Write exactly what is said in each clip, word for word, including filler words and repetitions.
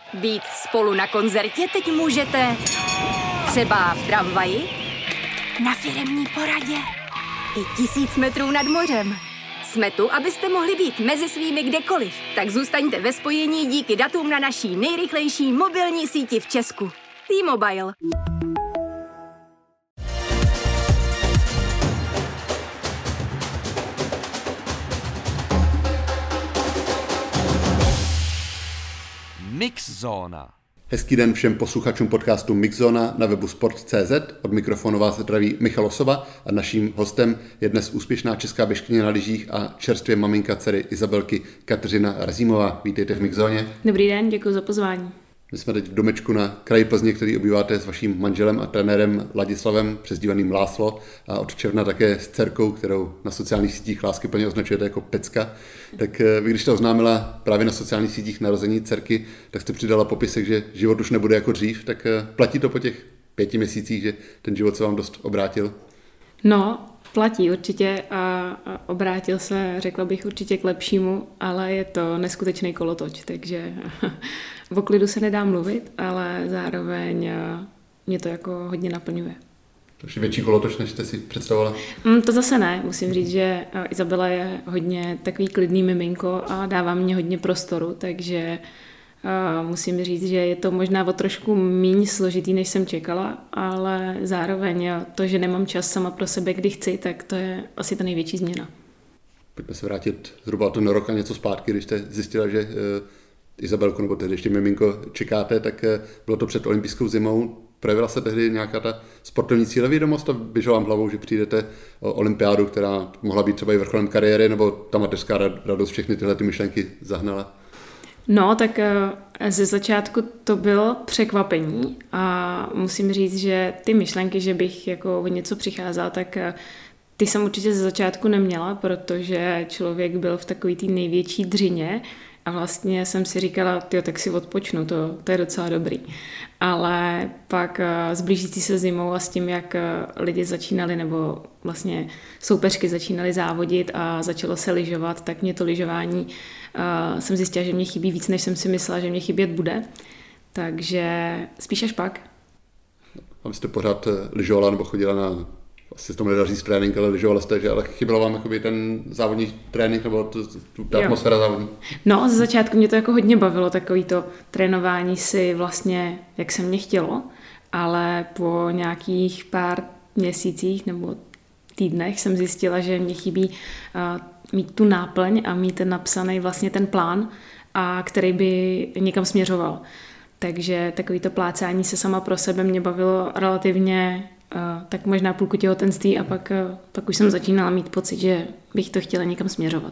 Být spolu na koncertě teď můžete třeba v tramvaji, na firemní poradě i tisíc metrů nad mořem. Jsme tu, abyste mohli být mezi svými kdekoliv. Tak zůstaňte ve spojení díky datům na naší nejrychlejší mobilní síti v Česku. T-Mobile. Mixzóna. Hezký den všem posluchačům podcastu Mixzóna na webu sport tečka cé zet. Od mikrofonu vás zdraví Michal Osoba a naším hostem je dnes úspěšná česká běžkyně na lyžích a čerstvě maminka dcery Izabelky Kateřina Razímová. Vítejte v Mixzóně. Dobrý den, děkuji za pozvání. My jsme teď v domečku na kraji Plzně, který obýváte s vaším manželem a trenérem Ladislavem, přezdívaným Láslo, a od června také s dcerkou, kterou na sociálních sítích láskyplně označujete jako Pecka. Tak vy, když to oznámila právě na sociálních sítích narození dcerky, tak jste přidala popisek, že život už nebude jako dřív. Tak platí to po těch pěti měsících, že ten život se vám dost obrátil? No, platí určitě a obrátil se, řekla bych, určitě k lepšímu, ale je to neskutečný kolotoč, takže v klidu se nedá mluvit, ale zároveň mě to jako hodně naplňuje. Takže větší kolotoč, než jste si představovala? Mm, to zase ne, musím říct, že Izabela je hodně takový klidný miminko a dává mě hodně prostoru, takže Uh, musím říct, že je to možná o trošku míň složitý, než jsem čekala, ale zároveň to, že nemám čas sama pro sebe, kdy chci, tak to je asi ta největší změna. Pojďme se vrátit zhruba ten rok a něco zpátky, když jste zjistila, že uh, Izabelku, nebo tedy ještě miminko čekáte, tak uh, bylo to před olympijskou zimou. Projevila se tehdy nějaká ta sportovní cílevědomost a běžela vám hlavou, že přijdete o olympiádu, která mohla být třeba i vrcholem kariéry, nebo ta mateřská radost všechny tyhle ty myšlenky zahnala? No, tak ze začátku to bylo překvapení a musím říct, že ty myšlenky, že bych jako o něco přicházela, tak ty jsem určitě ze začátku neměla, protože člověk byl v takový té největší dřině a vlastně jsem si říkala, tyjo, tak si odpočnu, to, to je docela dobrý. Ale pak s blížící se zimou a s tím, jak lidi začínali, nebo vlastně soupeřky začínaly závodit a začalo se lyžovat, tak mě to lyžování uh, jsem zjistila, že mě chybí víc, než jsem si myslela, že mě chybět bude. Takže spíš až pak. A vy jste pořád lyžovala nebo chodila na, asi se tomu nedá říct trénink, ale lyžovala jste, že ale chybělo vám jakoby ten závodní trénink nebo to, ta atmosféra závodní? No, ze začátku mě to jako hodně bavilo, takový to trénování si vlastně, jak se mě chtělo, ale po nějakých pár měsících nebo týdnech jsem zjistila, že mě chybí uh, mít tu náplň a mít ten napsaný vlastně ten plán, a který by někam směřoval. Takže takový to plácání se sama pro sebe mě bavilo relativně uh, tak možná půlku těhotenství a pak, uh, pak už jsem začínala mít pocit, že bych to chtěla někam směřovat.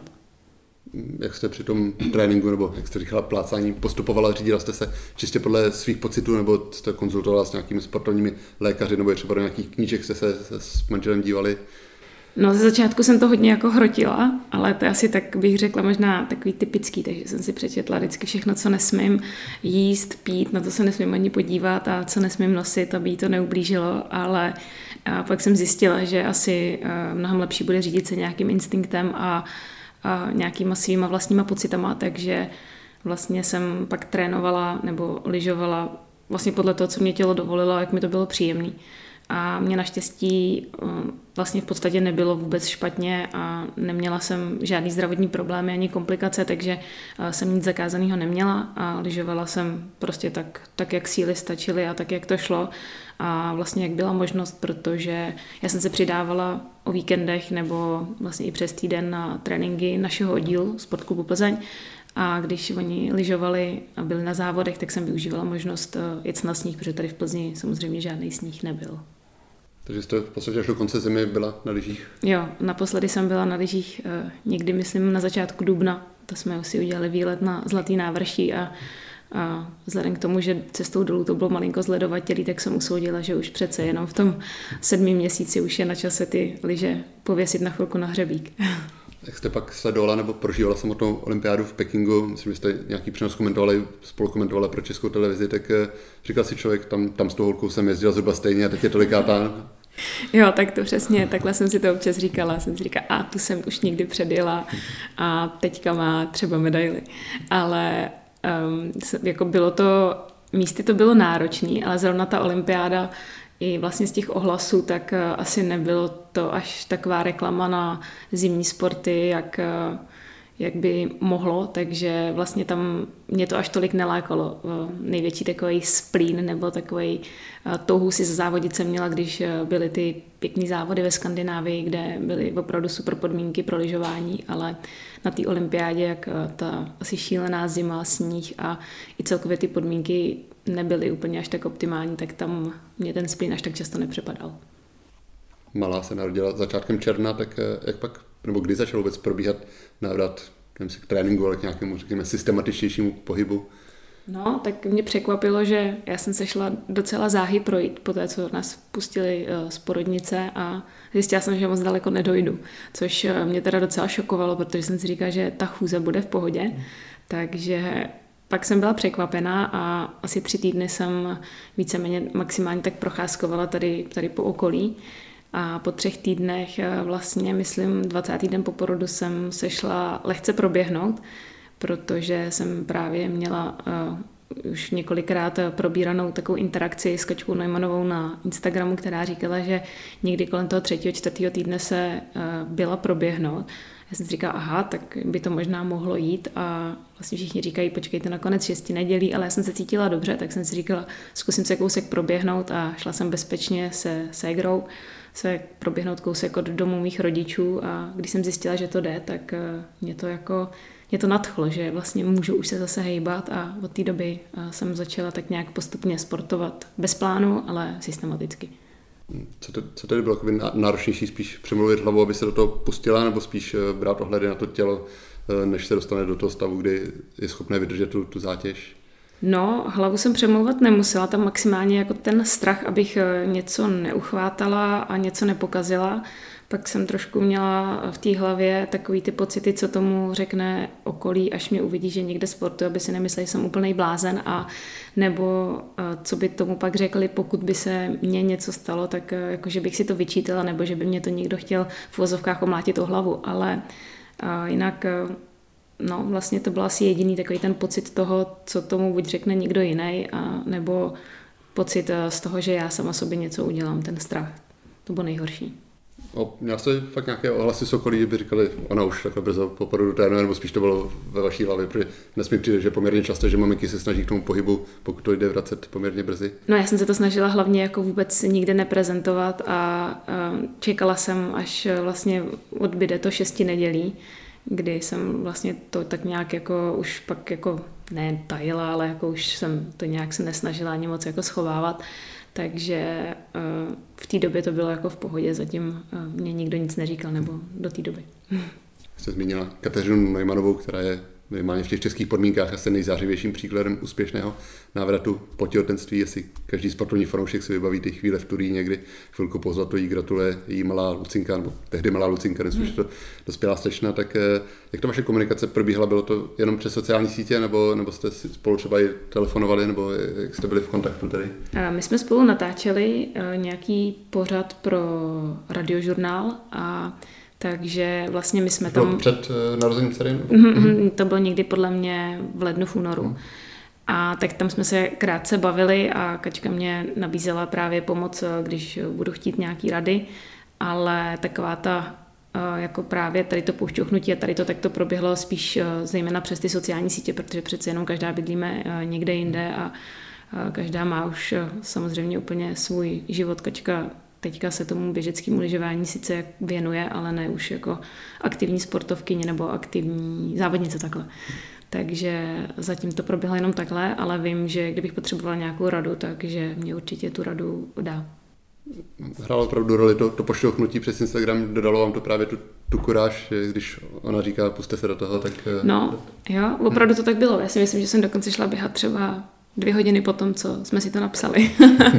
Jak jste při tom tréninku, nebo jak jste říkala, plácání postupovala, řídila jste se čistě podle svých pocitů, nebo jste konzultovala s nějakými sportovními lékaři, nebo třeba do nějakých knížek jste se, se s manželem dívali? No, ze začátku jsem to hodně jako hrotila, ale to asi tak bych řekla možná takový typický, takže jsem si přečetla vždycky všechno, co nesmím jíst, pít, na to se nesmím ani podívat a co nesmím nosit, aby jí to neublížilo, ale a pak jsem zjistila, že asi mnohem lepší bude řídit se nějakým instinktem a, a nějakýma svýma vlastníma pocitama, takže vlastně jsem pak trénovala nebo lyžovala vlastně podle toho, co mě tělo dovolilo, jak mi to bylo příjemný. A mě naštěstí vlastně v podstatě nebylo vůbec špatně a neměla jsem žádný zdravotní problémy ani komplikace, takže jsem nic zakázaného neměla a lyžovala jsem prostě tak, tak, jak síly stačily a tak, jak to šlo a vlastně jak byla možnost, protože já jsem se přidávala o víkendech nebo vlastně i přes týden na tréninky našeho oddílu Sportklubu Plzeň. A když oni lyžovali a byli na závodech, tak jsem využívala možnost jet na sníh, protože tady v Plzni samozřejmě žádný sníh nebyl. Takže jste v podstatě až do konce zimy byla na lyžích? Jo, naposledy jsem byla na lyžích někdy, myslím, na začátku dubna. To jsme si udělali výlet na Zlatý návrší a, a vzhledem k tomu, že cestou dolů to bylo malinko zledovatělý, tak jsem usoudila, že už přece jenom v tom sedmém měsíci už je na čase ty lyže pověsit na chvilku na hřebík. Jak jste pak sledovala nebo prožívala samotnou olympiádu v Pekingu, myslím, že jste nějaký přenos komentovali, spolu komentovala pro Českou televizi, tak říkal si člověk, tam, tam s tou holkou jsem jezdila zhruba stejně a teď je tolikátá. Jo, tak to přesně, takhle jsem si to občas říkala. Jsem si říkala, a tu jsem už někdy předjela a teďka má třeba medaily. Ale um, jako bylo to, místy to bylo náročný, ale zrovna ta olympiáda i vlastně z těch ohlasů, tak asi nebylo to až taková reklama na zimní sporty, jak, jak by mohlo, takže vlastně tam mě to až tolik nelákalo. Největší takový splín nebo takový touhu si závodit jsem měla, když byly ty pěkný závody ve Skandinávii, kde byly opravdu super podmínky pro lyžování, ale na té olympiádě, jak ta asi šílená zima, sníh a i celkově ty podmínky nebyly úplně až tak optimální, tak tam mě ten splín až tak často nepřepadal. Malá se narodila začátkem června, tak jak pak, nebo kdy začal vůbec probíhat návrat k tréninku, ale k nějakému, řekněme, systematičtějšímu pohybu? No, tak mě překvapilo, že já jsem se šla docela záhy projít po té, co nás pustili z porodnice a zjistila jsem, že moc daleko nedojdu, což mě teda docela šokovalo, protože jsem si říkala, že ta chůze bude v pohodě, takže pak jsem byla překvapená a asi tři týdny jsem víceméně maximálně tak procházkovala tady, tady po okolí. A po třech týdnech, vlastně myslím dvacátý den po porodu, jsem se šla lehce proběhnout, protože jsem právě měla uh, už několikrát probíranou takovou interakci s Kačkou Neumannovou na Instagramu, která říkala, že někdy kolem toho třetího, čtvrtého týdne se uh, byla proběhnout. Já jsem si říkala, aha, tak by to možná mohlo jít a vlastně všichni říkají, počkejte na konec šesti nedělí, ale já jsem se cítila dobře, tak jsem si říkala, zkusím se kousek proběhnout a šla jsem bezpečně se ségrou se proběhnout kousek od domu mých rodičů a když jsem zjistila, že to jde, tak mě to jako mě to nadchlo, že vlastně můžu už se zase hejbat a od té doby jsem začala tak nějak postupně sportovat bez plánu, ale systematicky. Co, to, co tedy bylo náročnější, spíš přemluvit hlavu, aby se do toho pustila, nebo spíš brát ohledy na to tělo, než se dostane do toho stavu, kdy je schopné vydržet tu, tu zátěž? No, hlavu jsem přemlouvat nemusela, tam maximálně jako ten strach, abych něco neuchvátala a něco nepokazila. Pak jsem trošku měla v té hlavě takový ty pocity, co tomu řekne okolí, až mě uvidí, že někde sportuji, aby si nemysleli, že jsem úplnej blázen, a nebo co by tomu pak řekli, pokud by se mně něco stalo, tak jako, že bych si to vyčítala, nebo že by mě to někdo chtěl v uvozovkách omlátit o hlavu, ale jinak no, vlastně to byl asi jediný takový ten pocit toho, co tomu buď řekne někdo jiný, a nebo pocit z toho, že já sama sobě něco udělám, ten strach. To bylo nejhorší. O, měla jste fakt nějaké ohlasy z okolí, že by říkali, ona už takhle brzo po porodu trénuje, nebo spíš to bylo ve vaší hlavě, protože dnes mi přijde, že poměrně často, že maminky se snaží k tomu pohybu, pokud to jde vracet poměrně brzy. No, já jsem se to snažila hlavně jako vůbec nikde neprezentovat a, a čekala jsem, až vlastně odbyde to šesti nedělí, kdy jsem vlastně to tak nějak jako už pak jako ne tajila, ale jako už jsem to nějak se nesnažila ani moc jako schovávat. Takže v té době to bylo jako v pohodě, zatím mě nikdo nic neříkal, nebo do té doby. Jste zmínila Kateřinu Neumannovou, která je minimálně v těch českých podmínkách asi nejzářivějším příkladem úspěšného návratu po těhotenství. Jestli každý sportovní fanoušek si vybaví ty chvíle v Turíně, kdy chvilku po zlatu jí gratuluje jí malá Lucinka, nebo tehdy malá Lucinka, dnes už to dospělá slečna, tak jak to vaše komunikace probíhala? Bylo to jenom přes sociální sítě, nebo, nebo jste si spolu třeba i telefonovali, nebo jak jste byli v kontaktu tady? My jsme spolu natáčeli nějaký pořad pro Radiožurnál a takže vlastně my jsme tam... Před uh, narozením dcery? Mm-hmm, to bylo někdy podle mě v lednu, v únoru. Mm. A tak tam jsme se krátce bavili a Kačka mě nabízela právě pomoc, když budu chtít nějaký rady, ale taková ta jako právě tady to poušťouchnutí a tady to tak to proběhlo spíš zejména přes ty sociální sítě, protože přece jenom každá bydlíme někde jinde a každá má už samozřejmě úplně svůj život. Kačka teďka se tomu běžeckému lyžování sice věnuje, ale ne už jako aktivní sportovkyně nebo aktivní závodnice takhle. Takže zatím to proběhlo jenom takhle, ale vím, že kdybych potřebovala nějakou radu, takže mě určitě tu radu dá. Hrálo opravdu roli to, to pošťouchnutí přes Instagram, dodalo vám to právě tu, tu kuráž, když ona říká, puste se do toho, tak... No, jo, opravdu to tak bylo. Já si myslím, že jsem dokonce šla běhat třeba dvě hodiny po tom, co jsme si to napsali.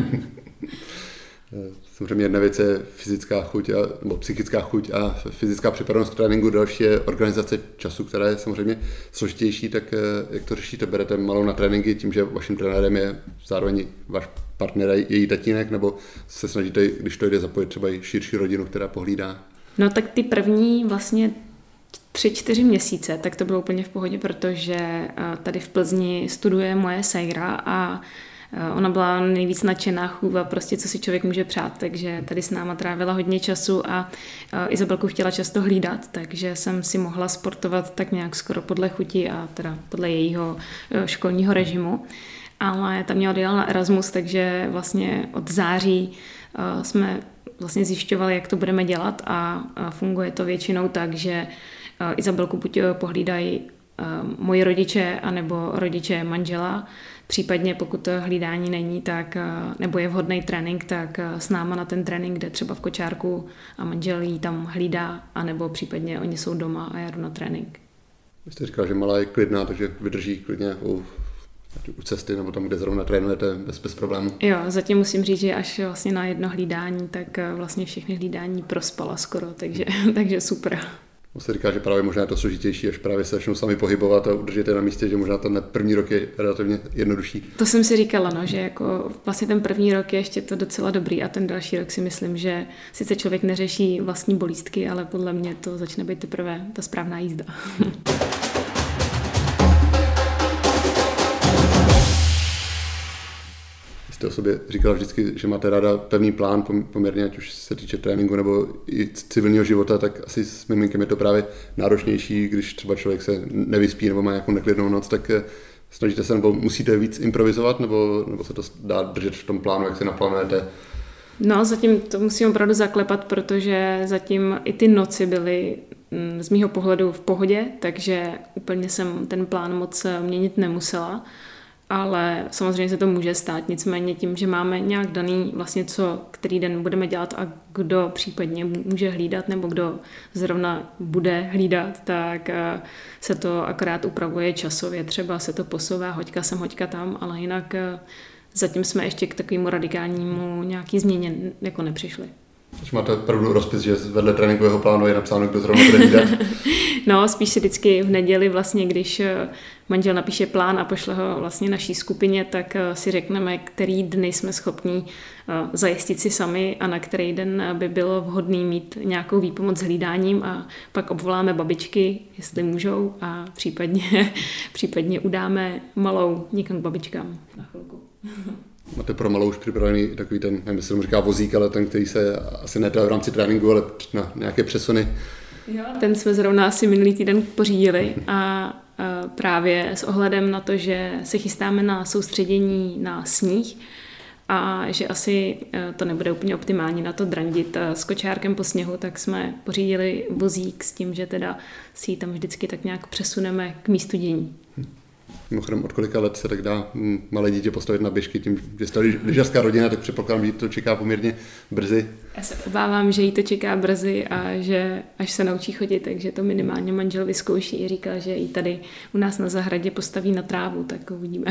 Samozřejmě jedna věc je fyzická chuť, a, nebo psychická chuť a fyzická připravenost k tréninku, další je organizace času, která je samozřejmě složitější, tak jak to řešíte? Berete malou na tréninky tím, že vaším trenérem je zároveň váš partner, její tatínek, nebo se snažíte, když to jde, zapojit třeba i širší rodinu, která pohlídá? No tak ty první vlastně tři, čtyři měsíce, tak to bylo úplně v pohodě, protože tady v Plzni studuje moje ségra a ona byla nejvíc nadšená chůva, prostě co si člověk může přát, takže tady s náma trávila hodně času a Izabelku chtěla často hlídat, takže jsem si mohla sportovat tak nějak skoro podle chuti a teda podle jejího školního režimu. Ale tam měla dělat na Erasmus, takže vlastně od září jsme vlastně zjišťovali, jak to budeme dělat a funguje to většinou tak, že Izabelku buď pohlídají moji rodiče anebo rodiče manžela, případně pokud to hlídání není, tak, nebo je vhodný trénink, tak s náma na ten trénink jde třeba v kočárku a manžel jí tam hlídá, anebo případně oni jsou doma a já jdu na trénink. Vy jste říkala, že malá je klidná, takže vydrží klidně u, u cesty nebo tam, kde zrovna trénujete bez, bez problémů. Jo, zatím musím říct, že až vlastně na jedno hlídání, tak vlastně všechny hlídání prospala skoro, takže, takže super. On se říká, že právě možná je to složitější, až právě se začnou sami pohybovat a udržíte na místě, že možná ten první rok je relativně jednodušší. To jsem si říkala, no, že jako vlastně ten první rok je ještě to docela dobrý a ten další rok si myslím, že sice člověk neřeší vlastní bolístky, ale podle mě to začne být teprve ta správná jízda. Jste o sobě říkala vždycky, že máte ráda pevný plán, poměrně, ať už se týče tréninku nebo i civilního života, tak asi s miminkem je to právě náročnější, když třeba člověk se nevyspí nebo má nějakou neklidnou noc, tak snažíte se nebo musíte víc improvizovat, nebo, nebo se to dá držet v tom plánu, jak si naplánujete? No, zatím to musím opravdu zaklepat, protože zatím i ty noci byly z mýho pohledu v pohodě, takže úplně jsem ten plán moc měnit nemusela. Ale samozřejmě se to může stát, nicméně tím, že máme nějak daný vlastně co, který den budeme dělat a kdo případně může hlídat nebo kdo zrovna bude hlídat, tak se to akorát upravuje časově, třeba se to posouvá hoďka sem, hoďka tam, ale jinak zatím jsme ještě k takovému radikálnímu nějaký změně jako nepřišli. Takže máte opravdu rozpis, že vedle tréninkového plánu je napsáno, kdo zrovna bude hlídat? No, spíš si vždycky v neděli vlastně, když manžel napíše plán a pošle ho vlastně naší skupině, tak si řekneme, který dny jsme schopní zajistit si sami a na který den by bylo vhodné mít nějakou výpomoc s hlídáním a pak obvoláme babičky, jestli můžou a případně, případně udáme malou někam k babičkám na chvilku. Máte pro malou už připravený takový ten, nevím, jestli se mu říká vozík, ale ten, který se asi ne v rámci tréninku, ale na nějaké přesuny. Jo, ten jsme zrovna asi minulý týden pořídili a, a právě s ohledem na to, že se chystáme na soustředění na sníh a že asi to nebude úplně optimální na to drandit s kočárkem po sněhu, tak jsme pořídili vozík s tím, že teda si ji tam vždycky tak nějak přesuneme k místu dění. Mimochodem, od kolika let se tak dá malé dítě postavit na běžky, tím, že jste lyžařská rodina, tak předpokládám, že to čeká poměrně brzy. Já se obávám, že jí to čeká brzy a že až se naučí chodit, takže to minimálně manžel vyzkouší. Říká, že ji tady u nás na zahradě postaví na trávu, tak uvidíme.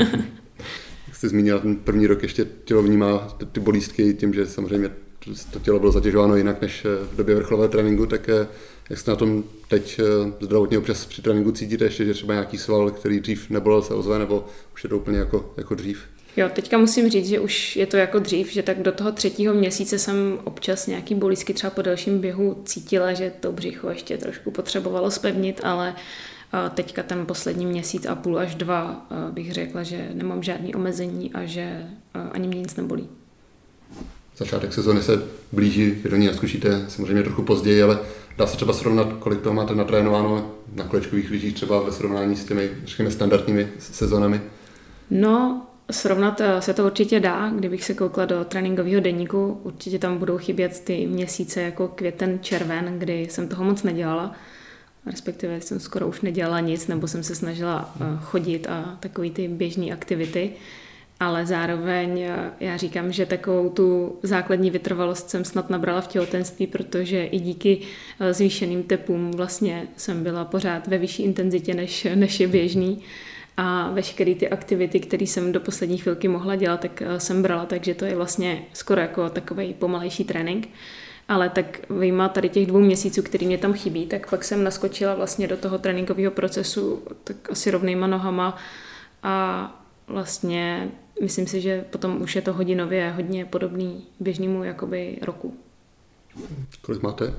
Jak jste zmínila, ten první rok ještě tělo vnímá ty bolístky tím, že samozřejmě to tělo bylo zatěžováno jinak než v době vrcholového tréninku, tak jak se na tom teď zdravotně občas při tréninku cítíte ještě, že třeba nějaký sval, který dřív nebolel, se ozve, nebo už je to úplně jako, jako dřív? Jo, teďka musím říct, že už je to jako dřív, že tak do toho třetího měsíce jsem občas nějaký bolístky třeba po dalším běhu cítila, že to břicho ještě trošku potřebovalo zpevnit, ale teďka ten poslední měsíc a půl až dva bych řekla, že nemám žádný omezení a že ani mě nic nebolí. Začátek sezóny se blíží, vy do ní naskušíte samozřejmě trochu později, ale dá se třeba srovnat, kolik toho máte natrénováno na kolečkových lyžích třeba ve srovnání s těmi, řekněme, standardními sezónami? No, srovnat se to určitě dá, kdybych se koukla do tréninkového deníku, určitě tam budou chybět ty měsíce jako květen, červen, kdy jsem toho moc nedělala, respektive jsem skoro už nedělala nic, nebo jsem se snažila chodit a takový ty běžné aktivity. Ale zároveň já říkám, že takovou tu základní vytrvalost jsem snad nabrala v těhotenství, protože i díky zvýšeným tepům vlastně jsem byla pořád ve vyšší intenzitě, než, než je běžný. A veškeré ty aktivity, které jsem do poslední chvilky mohla dělat, tak jsem brala, takže to je vlastně skoro jako takovej pomalejší trénink. Ale tak vyjma tady těch dvou měsíců, který mě tam chybí, tak pak jsem naskočila vlastně do toho tréninkového procesu tak asi rovnýma nohama a vlastně myslím si, že potom už je to hodinově hodně podobný běžnému jakoby roku. Kolik máte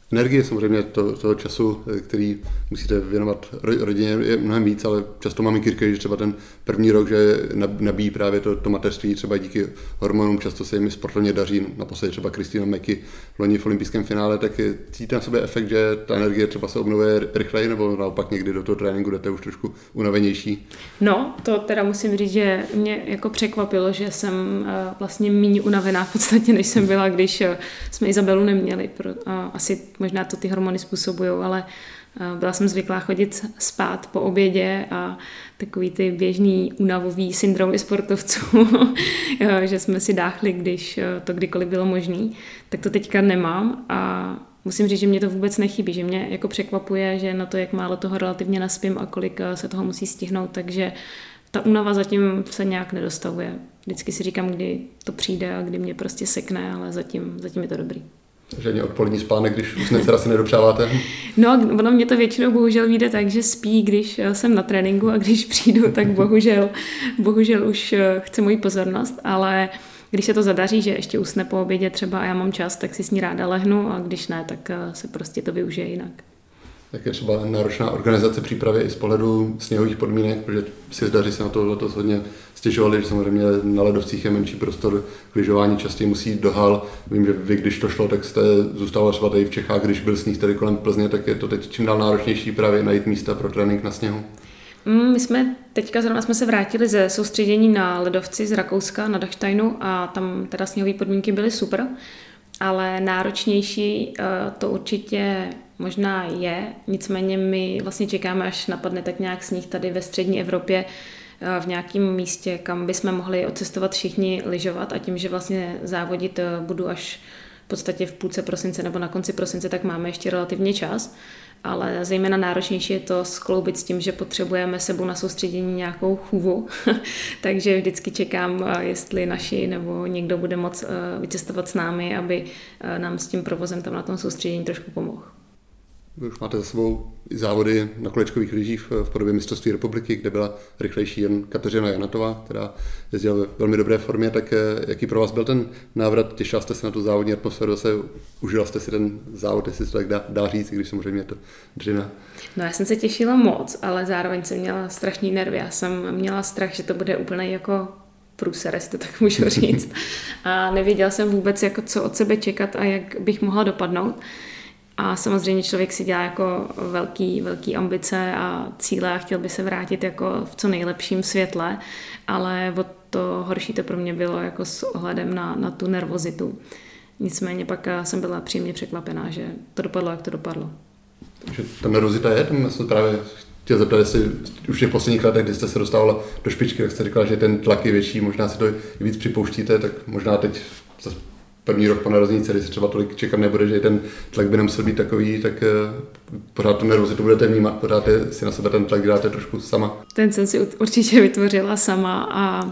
Energie samozřejmě to, toho času, který musíte věnovat rodině, je mnohem víc, ale často máme kýrky, že třeba ten první rok, že nabíjí právě to, to mateřství, třeba díky hormonům, často se jim sportovně daří, naposledy třeba Christina Mäki v loni v olympijském finále, tak cítíte na sobě efekt, že ta energie třeba se obnovuje rychleji, nebo naopak někdy do toho tréninku jdete už trošku unavenější? No, to teda musím říct, že mě jako překvapilo, že jsem vlastně méně unavená v podstatě, než jsem byla, když jsme Izabelu neměli. Asi možná to ty hormony způsobují, ale byla jsem zvyklá chodit spát po obědě a takový ty běžný únavový syndromy sportovců, že jsme si dáchli, když to kdykoliv bylo možný, tak to teďka nemám a musím říct, že mě to vůbec nechybí, že mě jako překvapuje, že na to, jak málo toho relativně naspím a kolik se toho musí stihnout, takže ta únava zatím se nějak nedostavuje. Vždycky si říkám, kdy to přijde a kdy mě prostě sekne, ale zatím, zatím je to dobrý. Takže ani odpolední spánek, když usne dcera si nedopřáváte? No, ono mě to většinou bohužel vyjde tak, že spí, když jsem na tréninku a když přijdu, tak bohužel, bohužel už chce moji pozornost, ale když se to zadaří, že ještě usne po obědě třeba a já mám čas, tak si s ní ráda lehnu a když ne, tak se prostě to využije jinak. Tak je třeba náročná organizace přípravy i z pohledu sněhových podmínek, protože si zdaří se na to letos hodně stěžovali, že samozřejmě na ledovcích je menší prostor k lyžování, častěji musí do hal. Vím, že vy, když to šlo, tak jste zůstával třeba tady v Čechách, když byl sníh tady kolem Plzně, tak je to teď čím dál náročnější právě najít místa pro trénink na sněhu. My jsme teďka zrovna jsme se vrátili ze soustředění na ledovci z Rakouska, na Dachsteinu a tam teda sněhové podmínky byly super, ale náročnější to určitě možná je, nicméně my vlastně čekáme, až napadne tak nějak sníh tady ve střední Evropě v nějakém místě, kam bychom mohli odcestovat všichni lyžovat a tím, že vlastně závodit budu až v podstatě v půlce prosince nebo na konci prosince, tak máme ještě relativně čas, ale zejména náročnější je to skloubit s tím, že potřebujeme sebou na soustředění nějakou chůvu, takže vždycky čekám, jestli naši nebo někdo bude moct vycestovat s námi, aby nám s tím provozem tam na tom soustředění trošku pomohl. Vy už máte za sebou závody na kolečkových lyžích v podobě mistrovství republiky, kde byla rychlejší jen Kateřina Janatová, která jezdila ve velmi dobré formě, tak jaký pro vás byl ten návrat? Těšila jste se na tu závodní atmosféru, zase užila jste si ten závod, jestli se to tak dá, dá říct, když samozřejmě je to dřina? No já jsem se těšila moc, ale zároveň jsem měla strašný nervy. Já jsem měla strach, že to bude úplně jako průser, jestli to tak můžu říct. A nevěděla jsem vůbec, jako co od sebe čekat a jak bych mohla dopadnout. A samozřejmě člověk si dělá jako velký, velký ambice a cíle a chtěl by se vrátit jako v co nejlepším světle, ale o to horší to pro mě bylo jako s ohledem na, na tu nervozitu. Nicméně pak jsem byla příjemně překvapená, že to dopadlo, jak to dopadlo. Takže ta nervozita je, tam jsem právě chtěl zeptat, jestli už v těch posledních letech, kdy jste se dostávala do špičky, tak jste říkala, že ten tlak je větší, možná si to víc připouštíte, tak možná teď první rok po narození dcery se třeba tolik čekat nebude, že ten tlak by nemusel být takový, tak pořád tu nervozitu budete vnímat, pořád je, si na sebe ten tlak dáte trošku sama. Ten jsem si určitě vytvořila sama a,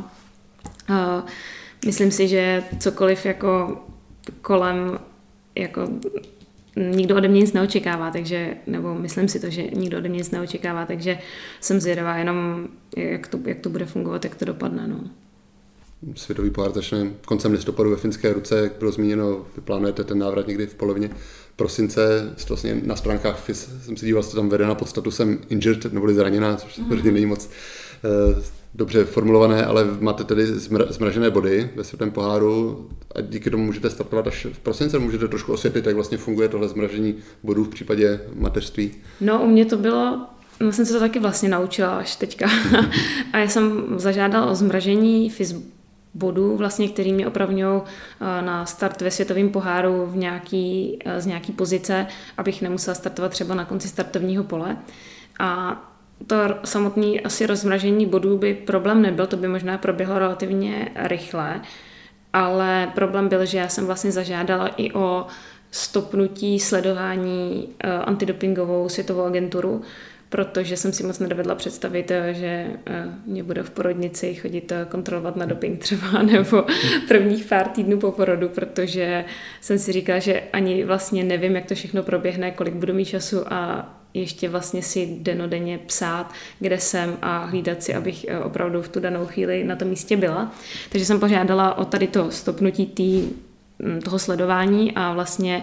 a myslím si, že cokoliv jako kolem, jako nikdo ode mě nic neočekává, takže, nebo myslím si to, že nikdo ode mě nic neočekává, takže jsem zvědavá jenom, jak to, jak to bude fungovat, jak to dopadne. No. Světový pohár začne koncem listopadu ve Finské Ruce, jak bylo zmíněno, vy plánujete ten návrat někdy v polovině prosince, vlastně na stránkách F I S jsem si díval, jste tam vedena pod statusem injured, neboli zraněná, což samozřejmě není moc uh, dobře formulované, ale máte tedy zmra- zmražené body ve světovém poháru a díky tomu můžete startovat až v prosince, můžete trošku osvětlit, jak vlastně funguje tohle zmražení bodů v případě mateřství. No, u mě to bylo, no, jsem se to taky vlastně naučila až teďka a já jsem zažádala o zmražení F I S bodů, vlastně, který mě opravňují na start ve světovém poháru v nějaký, z nějaký pozice, abych nemusela startovat třeba na konci startovního pole. A to samotné asi rozmražení bodů by problém nebyl, to by možná proběhlo relativně rychle, ale problém byl, že já jsem vlastně zažádala i o stopnutí sledování antidopingovou světovou agenturu, protože jsem si moc nedovedla představit, že mě bude v porodnici chodit kontrolovat na doping třeba nebo prvních pár týdnů po porodu, protože jsem si říkala, že ani vlastně nevím, jak to všechno proběhne, kolik budu mít času a ještě vlastně si denodenně psát, kde jsem a hlídat si, abych opravdu v tu danou chvíli na tom místě byla. Takže jsem požádala o tady to stopnutí tý, toho sledování a vlastně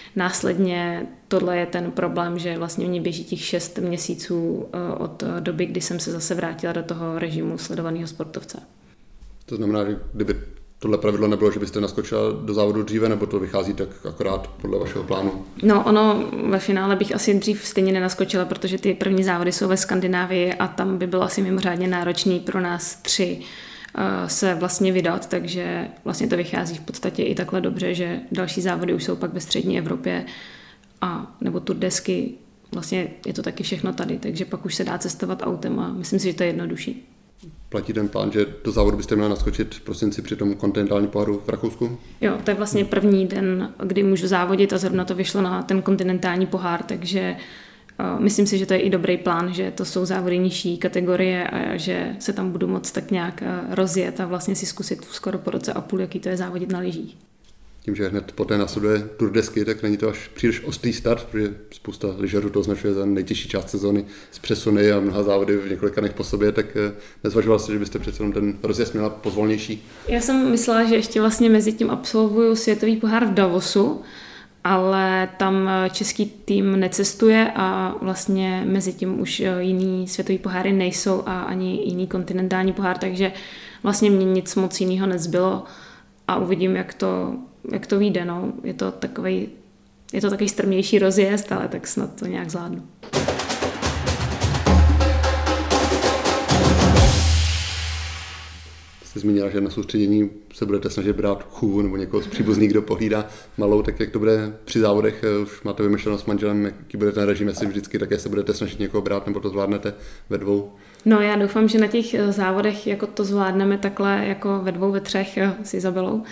následně tohle je ten problém, že vlastně mě běží těch šest měsíců od doby, kdy jsem se zase vrátila do toho režimu sledovaného sportovce. To znamená, že kdyby tohle pravidlo nebylo, že byste naskočila do závodu dříve, nebo to vychází tak akorát podle vašeho plánu? No ono ve finále bych asi dřív stejně nenaskočila, protože ty první závody jsou ve Skandinávii a tam by bylo asi mimořádně náročný pro nás tři se vlastně vydat, takže vlastně to vychází v podstatě i takhle dobře, že další závody už jsou pak ve střední Evropě a nebo Tour desky, vlastně je to taky všechno tady, takže pak už se dá cestovat autem a myslím si, že to je jednodušší. Platí ten plán, že do závodu byste měla naskočit v prosinci při tom kontinentálním poháru v Rakousku? Jo, to je vlastně první den, kdy můžu závodit a zrovna to vyšlo na ten kontinentální pohár, takže uh, myslím si, že to je i dobrý plán, že to jsou závody nižší kategorie a že se tam budu moct tak nějak uh, rozjet a vlastně si zkusit skoro po roce a půl, jaký to je závodit na lyžích. Tím, že hned poté následuje Tour desky, tak není to až příliš ostrý start, protože spousta lyžařů to označuje za nejtěžší část sezóny s přesuny a mnoha závody v několika dnech po sobě, tak nezvažoval jste, že byste přece jenom ten rozjezd měla pozvolnější? Já jsem myslela, že ještě vlastně mezi tím absolvuju světový pohár v Davosu, ale tam český tým necestuje a vlastně mezi tím už jiný světový poháry nejsou a ani jiný kontinentální pohár, takže vlastně mě nic moc jiného nezbylo a uvidím, jak to jak to vyjde, no. Je to takovej, je to takový strmější rozjezd, ale tak snad to nějak zvládnu. Jste zmínila, že na soustředění se budete snažit brát chůvu nebo někoho z příbuzných, kdo pohlídá malou, tak jak to bude při závodech? Už máte vymyšleno s manželem, jaký bude ten režim, jestli vždycky také se budete snažit někoho brát, nebo to zvládnete ve dvou? No já doufám, že na těch závodech jako to zvládneme takhle jako ve dvou, ve třech s Izabelou,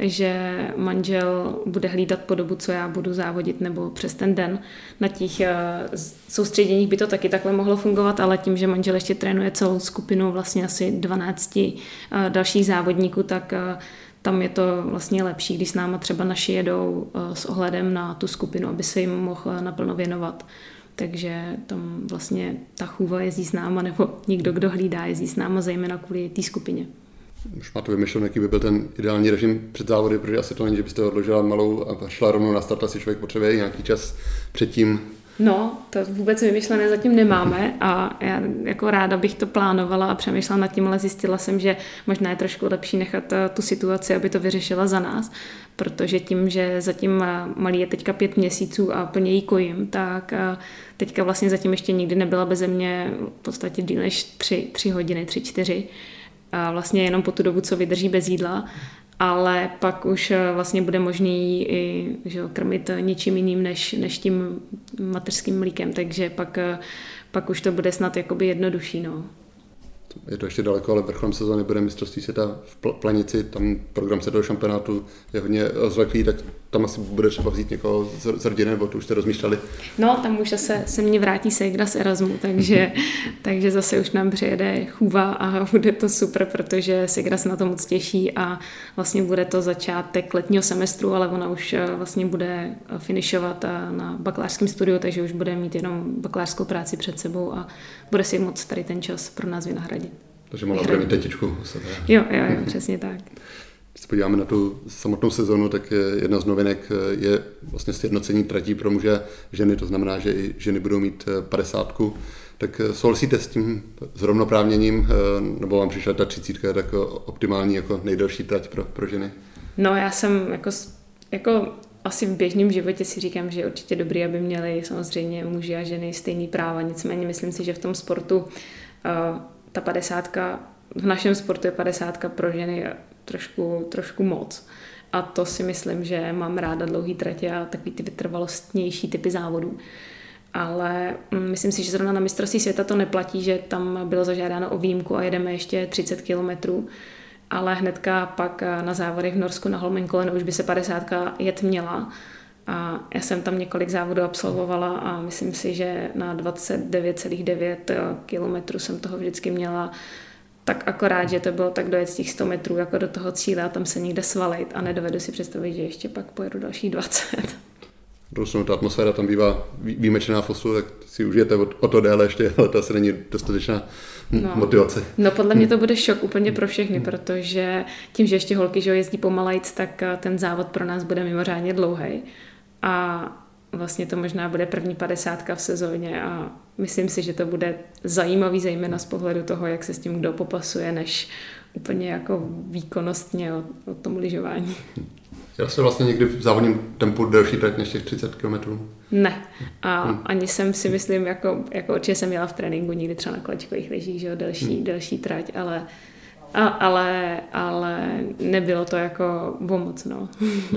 že manžel bude hlídat po dobu, co já budu závodit, nebo přes ten den. Na těch soustředěních by to taky takhle mohlo fungovat, ale tím, že manžel ještě trénuje celou skupinu vlastně asi dvanácti dalších závodníků, tak tam je to vlastně lepší, když s náma třeba naši jedou s ohledem na tu skupinu, aby se jim mohl naplno věnovat. Takže tam vlastně ta chůva jezdí s náma, nebo někdo, kdo hlídá, jezdí s náma, zejména kvůli té skupině. Už máte vymyšleno, jaký by byl ten ideální režim před závody, protože asi to není, že byste odložila malou a šla rovnou na start, asi člověk potřebuje nějaký čas předtím. No, to vůbec vymyšlené zatím nemáme a já jako ráda bych to plánovala a přemýšlela nad tím, ale zjistila jsem, že možná je trošku lepší nechat tu situaci, aby to vyřešila za nás, protože tím, že zatím malý je teďka pět měsíců a plně jí kojím, tak teďka vlastně zatím ještě nikdy nebyla beze mě v podstatě díl než tři, tři hodiny, tři, čtyři. A vlastně jenom po tu dobu, co vydrží bez jídla, ale pak už vlastně bude možný i že, krmit něčím jiným než, než tím mateřským mlíkem, takže pak, pak už to bude snad jakoby jednodušší. No. Je to ještě daleko, ale vrcholem sezóny bude mistrovství světa v Planici, tam program světového šampionátu je hodně rozvleklý, tak tam asi bude třeba vzít někoho z rodiny, nebo to už jste rozmýšleli? No, tam už zase se mě vrátí ségra z Erasmu, takže, takže zase už nám přijede chůva a bude to super, protože ségra se na to moc těší a vlastně bude to začátek letního semestru, ale ona už vlastně bude finišovat na bakalářském studiu, takže už bude mít jenom bakalářskou práci před sebou a bude si moc tady ten čas pro nás vynahradit. Takže mohla bude mít tetičku. Jo, jo, jo, přesně tak. Když se podíváme na tu samotnou sezonu, tak jedna z novinek je vlastně sjednocení tratí pro muže a ženy, to znamená, že i ženy budou mít padesátku. Tak souhlasíte s tím zrovnoprávněním, nebo vám přišla ta třicítka tak optimální jako nejdelší trať pro, pro ženy? No já jsem jako, jako asi v běžném životě si říkám, že je určitě dobrý, aby měli samozřejmě muži a ženy stejný práva, nicméně myslím si, že v tom sportu ta padesátka, v našem sportu je padesátka pro ženy trošku, trošku moc. A to si myslím, že mám ráda dlouhý tratě a takový ty vytrvalostnější typy závodů. Ale myslím si, že zrovna na mistrovství světa to neplatí, že tam bylo zažádáno o výjimku a jedeme ještě třicet kilometrů. Ale hnedka pak na závodech v Norsku na Holmenkollen už by se padesátka jet měla. A já jsem tam několik závodů absolvovala a myslím si, že na dvacet devět celá devět kilometrů jsem toho vždycky měla tak akorát, že to bylo tak dojet z těch sto metrů jako do toho cíle a tam se někde svalit a nedovedu si představit, že ještě pak pojedu dalších dvacet. Prostě ta atmosféra tam bývá výjimečná v Oslu, tak si užijete o, o to déle ještě, ale to asi není dostatečná no. motivace. No podle mě to bude šok úplně pro všechny, protože tím, že ještě holky že jezdí pomalejc, tak ten závod pro nás bude mimořádně dlouhý. a vlastně to možná bude první padesátka v sezóně a myslím si, že to bude zajímavý zejména z pohledu toho, jak se s tím kdo popasuje, než úplně jako výkonnostně o, o tom lyžování. Já jsem vlastně někdy v závodním tempu delší trať než těch třicet kilometrů? Ne. A hmm. ani jsem si myslím, jako, jako určitě jsem jela v tréninku někdy třeba na kolečkových lyžích, že jo, delší, hmm. delší trať, ale, a, ale, ale nebylo to jako pomoc, no.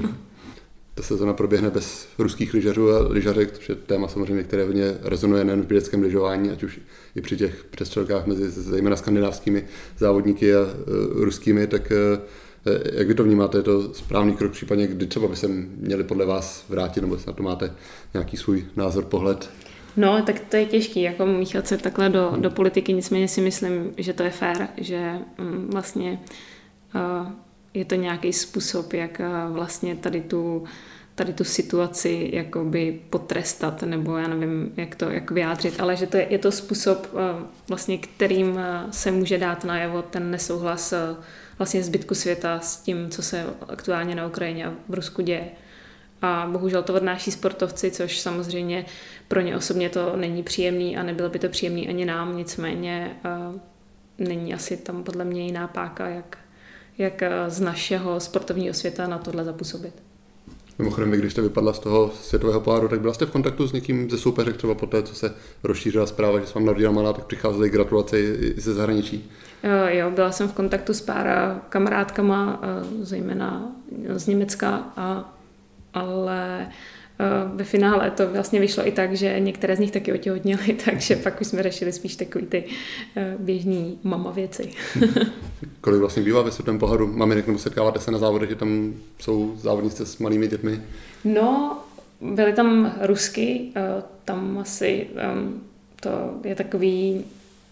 Ta sezona proběhne bez ruských lyžařů a lyžařek, což je téma samozřejmě, které hodně rezonuje nejen v běžeckém lyžování, ať už i při těch přestřelkách mezi zejména skandinávskými závodníky a uh, ruskými, tak uh, jak vy to vnímáte, je to správný krok, případně kdy třeba by se měli podle vás vrátit, nebo na to máte nějaký svůj názor, pohled? No, tak to je těžký, jako míchat se takhle do, hmm. do politiky, nicméně si myslím, že to je fér, že um, vlastně uh, je to nějaký způsob, jak uh, vlastně tady tu, tady tu situaci jakoby potrestat, nebo já nevím, jak to jak vyjádřit, ale že to je, je to způsob, uh, vlastně, kterým uh, se může dát najevo ten nesouhlas uh, vlastně zbytku světa s tím, co se aktuálně na Ukrajině a v Rusku děje. A bohužel to odnáší sportovci, což samozřejmě pro ně osobně to není příjemný a nebylo by to příjemný ani nám, nicméně uh, není asi tam podle mě jiná páka, jak, jak z našeho sportovního světa na tohle zapůsobit. Mimochodem, když jste vypadla z toho světového poháru, tak byla jste v kontaktu s někým ze soupeřek třeba po té, co se rozšířila zpráva, že se vám narodila malá, tak přicházely gratulace i ze zahraničí? Jo, jo, byla jsem v kontaktu s pár kamarádkama, zejména z Německa, a, ale ve finále to vlastně vyšlo i tak, že některé z nich taky otěhotněly, takže pak už jsme řešili spíš takový ty běžný mama věci. Kolik vlastně bývá ve světovém poháru maminek, nebo setkáváte se na závodech, že tam jsou závodnice s malými dětmi? No, byly tam Rusky, tam asi to je takový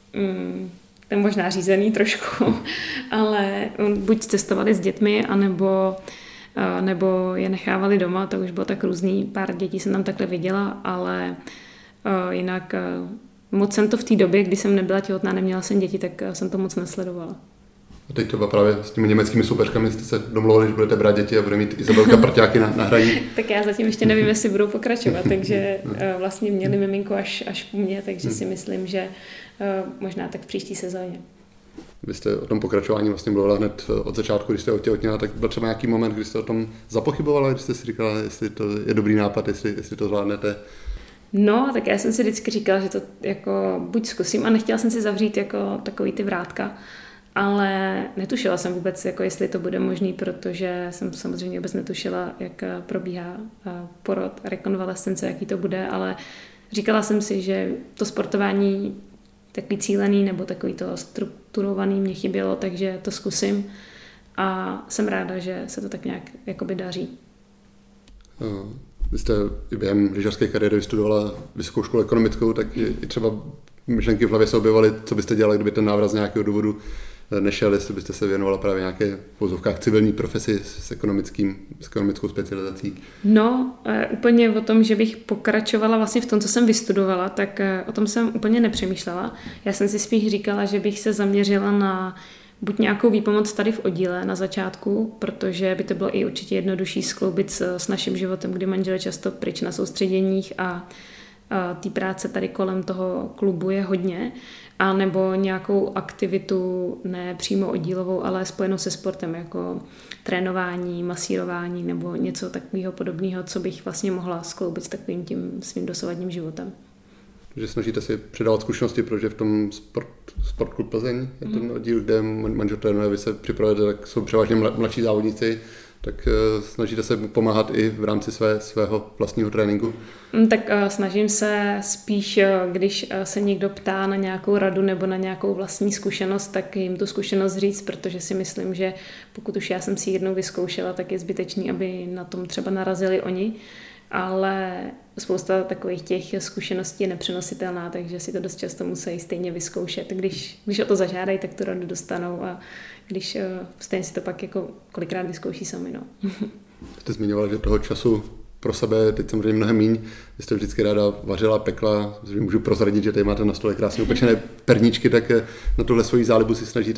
ten možná řízený trošku, ale buď cestovali s dětmi, anebo nebo je nechávali doma, to už bylo tak různý, pár dětí jsem tam takhle viděla, ale jinak moc jsem to v té době, kdy jsem nebyla těhotná, neměla jsem děti, tak jsem to moc nesledovala. A teď třeba právě s těmi německými soupeřkami jste se domluvili, že budete brát děti a bude mít Izabelka parťáky na, na hraní. Tak já zatím ještě nevím, jestli budou pokračovat, takže vlastně měli miminko až, až po mně, takže si myslím, že možná tak v příští sezóně. Vy jste o tom pokračování vlastně mluvila hned od začátku, když jste otěhotněla, tak byl třeba nějaký moment, kdy jste o tom zapochybovala, když jste si říkala, jestli to je dobrý nápad, jestli, jestli to zvládnete? No, tak já jsem si vždycky říkala, že to jako buď zkusím a nechtěla jsem si zavřít jako takový ty vrátka, ale netušila jsem vůbec, jako jestli to bude možný, protože jsem samozřejmě vůbec netušila, jak probíhá porod, rekonvalescence, jaký to bude, ale říkala jsem si, že to sportování takový cílený nebo takový to strukturovaný mě chybělo, takže to zkusím a jsem ráda, že se to tak nějak jakoby daří. Vy jste i během lyžařské kariéry vystudovala vysokou školu ekonomickou, tak i třeba myšlenky v hlavě se objevaly, co byste dělala, kdyby ten návrat z nějakého důvodu nešel, jestli byste se věnovala právě nějaké v vozovkách civilní profesi s, ekonomickým, s ekonomickou specializací? No, úplně o tom, že bych pokračovala vlastně v tom, co jsem vystudovala, tak o tom jsem úplně nepřemýšlela. Já jsem si spíš říkala, že bych se zaměřila na buď nějakou výpomoc tady v oddíle na začátku, protože by to bylo i určitě jednodušší skloubit s, s naším životem, kdy manžel je často pryč na soustředěních a, a té práce tady kolem toho klubu je hodně, a nebo nějakou aktivitu ne přímo oddílovou, ale spojenou se sportem, jako trénování, masírování nebo něco takového podobného, co bych vlastně mohla skloubit s takovým tím svým dosavadním životem. Takže snažíte si předávat zkušenosti, protože v tom sport, Sportklub Plzeň je ten oddíl, kde manžel trénuje, vy se připravujete, tak jsou převážně mladší závodníci, tak snažíte se pomáhat i v rámci své, svého vlastního tréninku? Tak snažím se spíš, když se někdo ptá na nějakou radu nebo na nějakou vlastní zkušenost, tak jim tu zkušenost říct, protože si myslím, že pokud už já jsem si jednou vyzkoušela, tak je zbytečný, aby na tom třeba narazili oni, ale spousta takových těch zkušeností je nepřenositelná, takže si to dost často musí stejně vyzkoušet. Když, když o to zažádají, tak tu radu dostanou a když stejně si to pak jako kolikrát vyzkouší sami. No. Jste zmiňovala, že toho času pro sebe teď samozřejmě mnohem míň. Vy jste vždycky ráda vařila, pekla, můžu prozradit, že tady máte na stole krásně upečené perníčky, tak na tuhle svoji zálibu si snažíte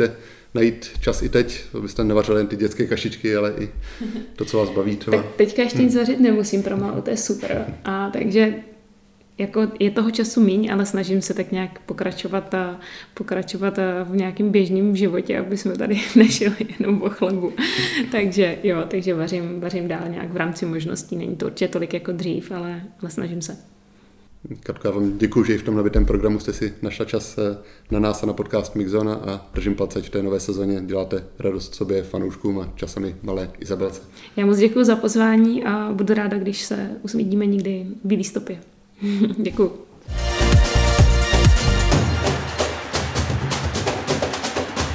najít čas i teď, abyste nevařili jen ty dětské kašičky, ale i to, co vás baví třeba. Tak teďka ještě nic vařit nemusím pro málo, to je super. A takže jako je toho času míň, ale snažím se tak nějak pokračovat a pokračovat a v nějakém běžném životě, aby jsme tady nežili jenom o chlabu. takže jo, takže vařím, vařím dál nějak v rámci možností. Není to určitě tolik jako dřív, ale, ale snažím se. Katko, já vám děkuji, že i v tom nabitém programu jste si našla čas na nás a na podcast Mixzona a držím palce, ať v té nové sezóně děláte radost sobě, fanouškům a časami malé Izabelce. Já moc děkuji za pozvání a budu ráda, když se uvidíme někdy v Bílý stopě. Děkuji.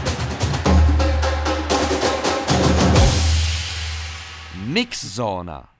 Mixzona.